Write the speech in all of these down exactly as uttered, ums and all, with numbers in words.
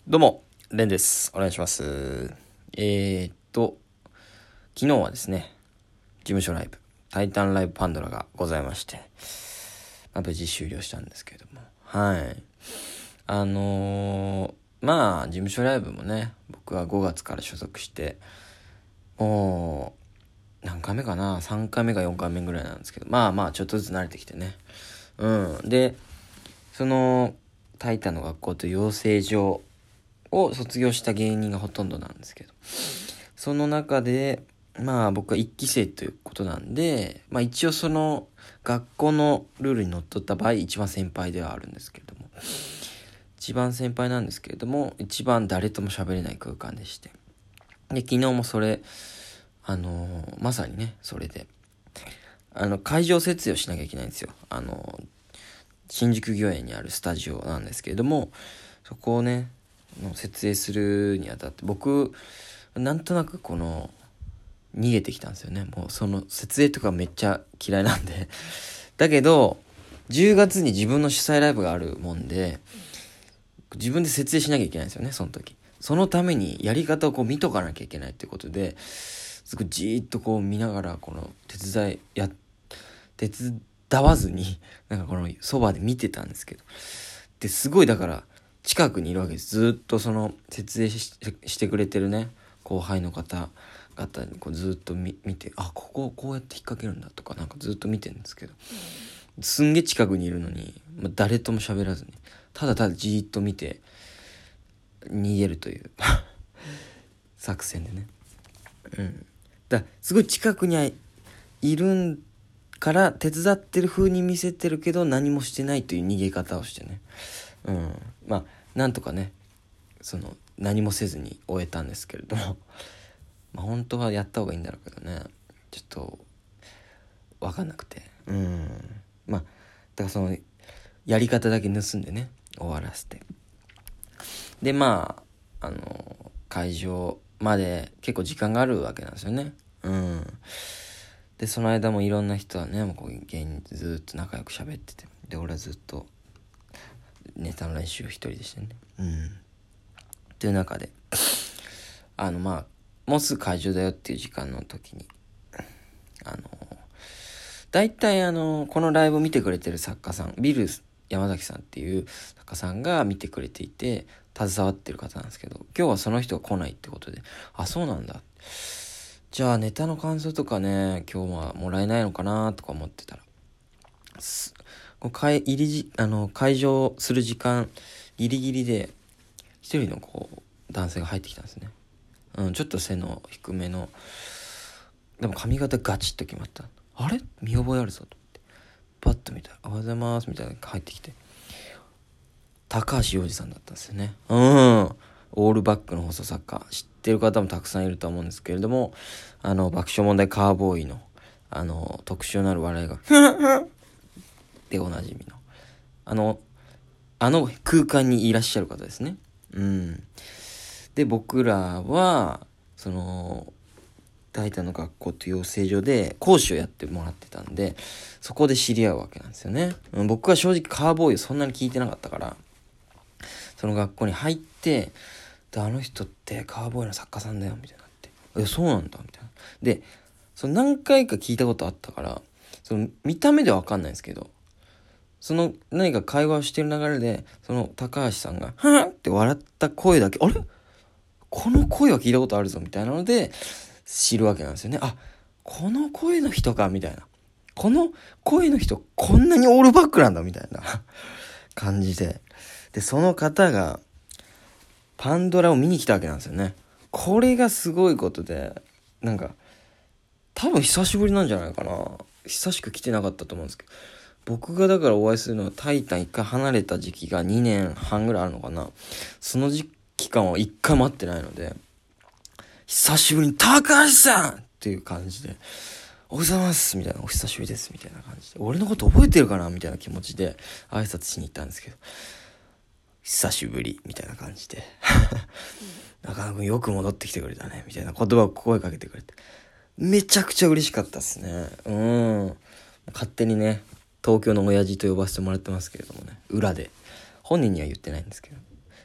どうも、レンです。お願いします。えーっと、昨日はですね、事務所ライブ、タイタンライブパンドラがございまして、まあ、無事終了したんですけれども、はい。あのー、まあ、事務所ライブもね、僕はごがつから所属して、もう、何回目かな ?さん 回目かよんかいめぐらいなんですけど、まあまあ、ちょっとずつ慣れてきてね。うん。で、その、タイタンの学校という養成所を卒業した芸人がほとんどなんですけど、その中でまあ僕はいっき生ということなんで、まあ一応その学校のルールにのっとった場合一番先輩ではあるんですけれども、一番先輩なんですけれども、一番誰とも喋れない空間でして、で昨日もそれあのー、まさにねそれであの会場設営をしなきゃいけないんですよ。あのー、新宿御苑にあるスタジオなんですけれども、そこをねの設営するにあたって僕なんとなくこの逃げてきたんですよね。もうその設営とかめっちゃ嫌いなんでだけどじゅうがつに自分の主催ライブがあるもんで自分で設営しなきゃいけないんですよね。その時そのためにやり方をこう見とかなきゃいけないっていうことですごいじーっとこう見ながらこの手伝いや手伝わずになんかこのそばで見てたんですけど、ですごいだから近くにいるわけです。ずっとその設営 し, してくれてるね後輩の方々にこうずっと 見, 見てあここをこうやって引っ掛けるんだとかなんかずっと見てるんですけど、すんげえ近くにいるのに、まあ、誰とも喋らずにただただじーっと見て逃げるという作戦でね、うん、だすごい近くにはいるんから手伝ってる風に見せてるけど何もしてないという逃げ方をしてね、うん、まあなんとかねその何もせずに終えたんですけれどもまあ本当はやった方がいいんだろうけどね、ちょっと分かんなくて、うんまあだからそのやり方だけ盗んでね終わらせて、でまああの会場まで結構時間があるわけなんですよね。うんでその間もいろんな人はねもうこう芸人ずっと仲良く喋ってて、で俺はずっとネタの練習を一人でしてね、うんという中であのまあもうすぐ会場だよっていう時間の時にあの大体あのこのライブを見てくれてる作家さんビル山崎さんっていう作家さんが見てくれていて携わってる方なんですけど、今日はその人が来ないってことで、あそうなんだ、じゃあネタの感想とかね今日はもらえないのかなとか思ってたら、こう会入りじあの会場する時間ギリギリで一人のこう男性が入ってきたんですね。うん、ちょっと背の低めの、でも髪型ガチッと決まった。あれ見覚えあるぞと思ってパッと見たらおはようございますみたいなのが入ってきて、高橋洋二さんだったんですよね。うんオールバックの放送作家知ってる方もたくさんいると思うんですけれども、あの爆笑問題カーボーイのあの特殊なる笑いがでおなじみのあのあの空間にいらっしゃる方ですね。うんで僕らはそのタイタンの学校という養成所で講師をやってもらってたんで、そこで知り合うわけなんですよね。うん、僕は正直カーボーイをそんなに聞いてなかったから、その学校に入ってであの人ってカーボーイの作家さんだよみたいになって、えそうなんだみたいな。でその何回か聞いたことあったからその見た目では分かんないんですけど、その何か会話をしてる流れでその高橋さんがはぁって笑った声だけ、あれこの声は聞いたことあるぞみたいなので知るわけなんですよね。あこの声の人かみたいな、この声の人こんなにオールバックなんだみたいな感じで、でその方がパンドラを見に来たわけなんですよね。これがすごいことで、なんか多分久しぶりなんじゃないかな。久しく来てなかったと思うんですけど、僕がだからお会いするのはタイタン一回離れた時期がにねんはんぐらいあるのかな。その時期間は一回待ってないので、久しぶりに高橋さんっていう感じで、おはようございますみたいな、お久しぶりですみたいな感じで、俺のこと覚えてるかなみたいな気持ちで挨拶しに行ったんですけど、久しぶりみたいな感じで中野くんよく戻ってきてくれたねみたいな言葉を声かけてくれて、めちゃくちゃ嬉しかったですね。うん勝手にね東京の親父と呼ばせてもらってますけれどもね、裏で本人には言ってないんですけど、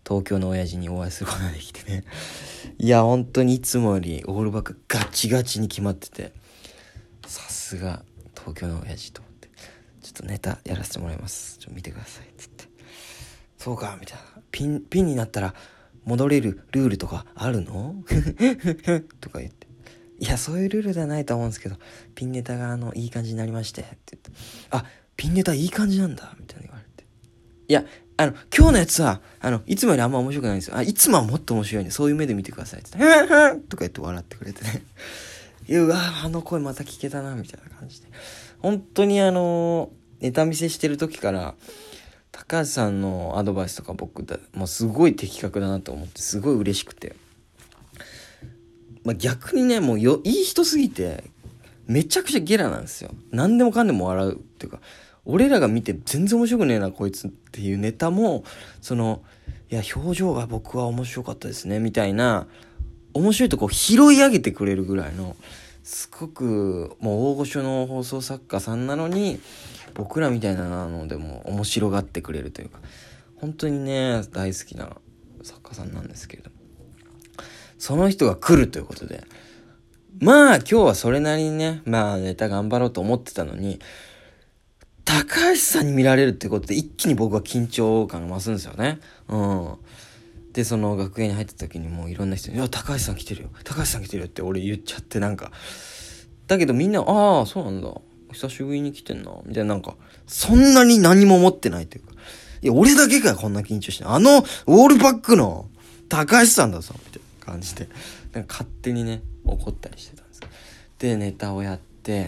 東京の親父にお会いすることができてね。いや本当にいつもよりオールバックガチガチに決まってて、さすが東京の親父と思って、ちょっとネタやらせてもらいます、ちょっと見てくださいっつって、そうかみたいな、ピンピンになったら戻れるルールとかあるのとか言って、いやそういうルールではないと思うんですけど、ピンネタがあのいい感じになりましてって言って、あピンネタいい感じなんだみたいな言われて、いやあの今日のやつはあのいつもよりあんま面白くないんですよ、あいつもはもっと面白いんでそういう目で見てくださいって言って、ふんふんとか言って笑ってくれてねいやうわあの声また聞けたなみたいな感じで、本当にあのネタ見せしてる時から高橋さんのアドバイスとか僕だもうすごい的確だなと思ってすごい嬉しくて、まあ、逆にねもうよいい人すぎてめちゃくちゃゲラなんですよ。何でもかんでも笑うっていうか、俺らが見て全然面白くねえなこいつっていうネタも、そのいや表情が僕は面白かったですねみたいな面白いとこ拾い上げてくれるぐらいの、すごくもう大御所の放送作家さんなのに僕らみたいなのでも面白がってくれるというか、本当にね大好きな作家さんなんですけれども、その人が来るということで、まあ今日はそれなりにねまあネタ頑張ろうと思ってたのに、高橋さんに見られるってことで一気に僕は緊張感が増すんですよね。うんでその学園に入った時にもういろんな人に「いや高橋さん来てるよ高橋さん来てるよ」って俺言っちゃって、なんかだけどみんな「ああそうなんだ久しぶりに来てんな」みたいな、なんかそんなに何も思ってないというか、いや俺だけがこんな緊張して、あのオールバックの高橋さんだぞみたいな感じでなんか勝手にね怒ったりしてたんです。でネタをやって、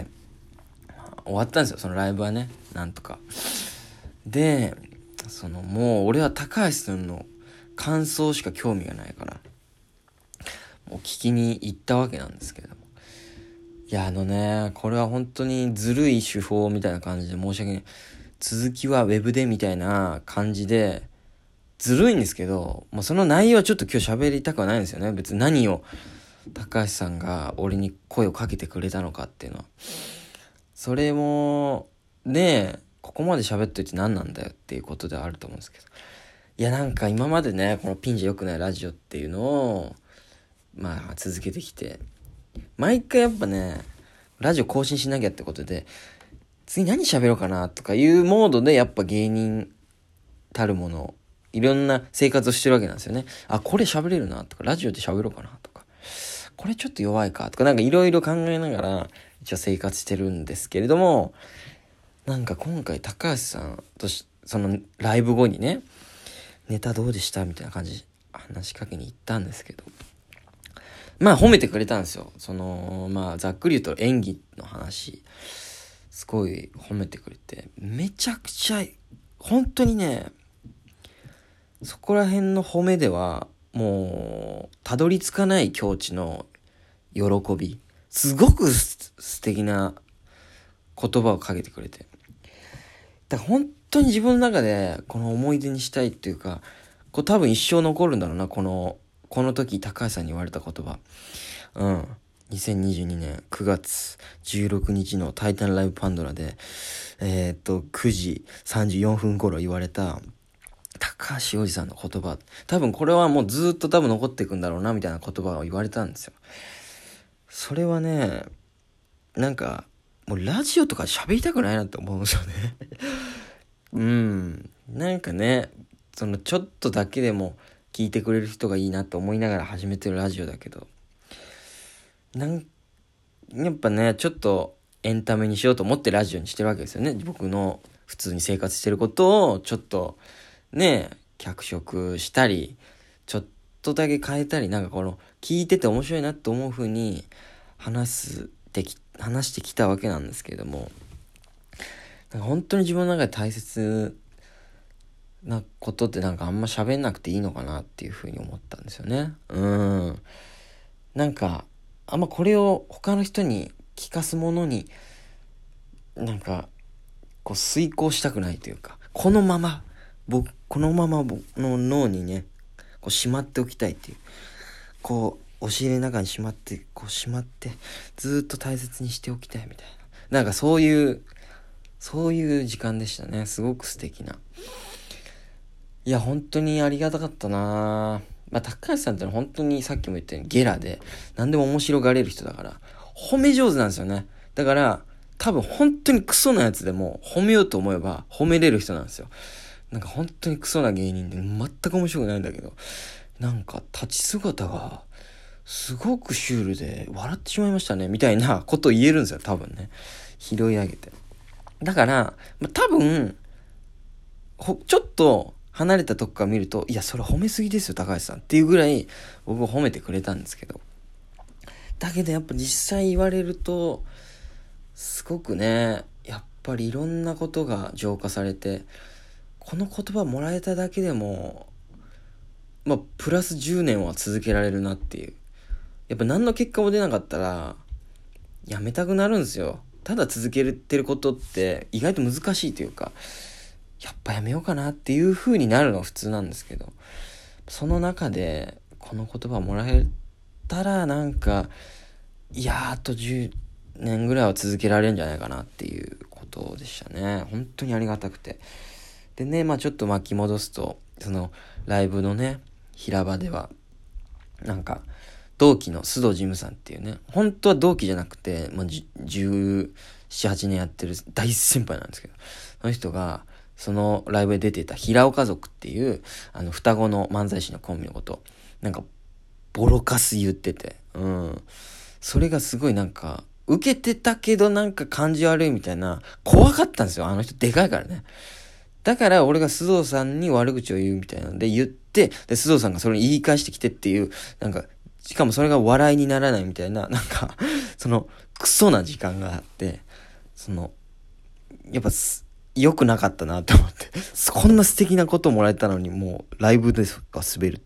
まあ、終わったんですよそのライブはね、なんとかで、そのもう俺は高橋さんの感想しか興味がないからもう聞きに行ったわけなんですけれども、いやあのねこれは本当にずるい手法みたいな感じで申し訳ない、続きはウェブでみたいな感じでずるいんですけど、まあ、その内容はちょっと今日喋りたくはないんですよね。別に何を高橋さんが俺に声をかけてくれたのかっていうのは、それもねここまで喋っといて何なんだよっていうことではあると思うんですけど、いやなんか今までねこのピンじゃ良くないラジオっていうのをまあ続けてきて、毎回やっぱねラジオ更新しなきゃってことで次何喋ろうかなとかいうモードでやっぱ芸人たるものいろんな生活をしてるわけなんですよね。あこれ喋れるなとか、ラジオで喋ろうかなとか、これちょっと弱いかとか、なんかいろいろ考えながら一応生活してるんですけれども、なんか今回高橋さんとしそのライブ後にねネタどうでしたみたいな感じ話しかけに行ったんですけど、まあ褒めてくれたんですよ。そのまあざっくり言うと演技の話すごい褒めてくれて、めちゃくちゃ本当にねそこら辺の褒めではもうたどり着かない境地の喜び、すごく素敵な言葉をかけてくれて、だから本当に自分の中でこの思い出にしたいっていうか、こう多分一生残るんだろうな、このこの時高橋さんに言われた言葉。うんにせんにじゅうにねんくがつじゅうろくにちのタイタンライブパンドラでえー、っとくじさんじゅうよんぷん頃言われた高橋洋二さんの言葉、多分これはもうずっと多分残っていくんだろうなみたいな言葉を言われたんですよ。それはねなんかもうラジオとか喋りたくないなって思うんですよねうんなんかねそのちょっとだけでも聞いてくれる人がいいなって思いながら始めてるラジオだけど、なんやっぱねちょっとエンタメにしようと思ってラジオにしてるわけですよね。僕の普通に生活してることをちょっとね脚色したりちょっとだけ変えたり、なんかこの聞いてて面白いなって思う風に話すてき話してきたわけなんですけれども、なんか本当に自分の中で大切なことってなんかあんま喋んなくていいのかなっていう風に思ったんですよね。うんなんかあんまこれを他の人に聞かすものになんかこう遂行したくないというか、このまま僕このまま僕の脳にねこうしまっておきたいっていう、こう押し入れの中にしまってこうしまってずっと大切にしておきたいみたいな、なんかそういうそういう時間でしたね。すごく素敵な。 いや、本当にありがたかったな。まあ、高橋さんってのは本当にさっきも言ったようにゲラで、何でも面白がれる人だから、褒め上手なんですよね。だから、多分本当にクソなやつでも褒めようと思えば褒めれる人なんですよ。なんか本当にクソな芸人で全く面白くないんだけど、なんか立ち姿がすごくシュールで笑ってしまいましたねみたいなことを言えるんですよ、多分ね。拾い上げて。だから、まあ、多分ほちょっと離れたとこから見ると、いやそれ褒めすぎですよ高橋さんっていうぐらい僕を褒めてくれたんですけど、だけどやっぱ実際言われるとすごくね、やっぱりいろんなことが浄化されて、この言葉もらえただけでもまあプラスじゅうねんは続けられるなっていう。やっぱ何の結果も出なかったらやめたくなるんですよ。ただ続けてることって意外と難しいというか、やっぱやめようかなっていう風になるのが普通なんですけど、その中でこの言葉もらえたらなんか、いやあとじゅうねんぐらいは続けられるんじゃないかなっていうことでしたね。本当にありがたくて。でね、まあちょっと巻き戻すと、そのライブのね平場ではなんか同期の須藤ジムさんっていうね、本当は同期じゃなくて、まあ、じゅうなな、はちねんやってる大先輩なんですけど、その人がそのライブで出てた平岡族っていうあの双子の漫才師のコンビのことなんかボロカス言ってて、うん、それがすごいなんか受けてたけどなんか感じ悪いみたいな、怖かったんですよ。あの人でかいからね。だから俺が須藤さんに悪口を言うみたいなので言って、で須藤さんがそれに言い返してきてっていう、なんかしかもそれが笑いにならないみたいな、なんかそのクソな時間があって、そのやっぱ良くなかったなって思って、こんな素敵なこともらえたのにもうライブですか滑るって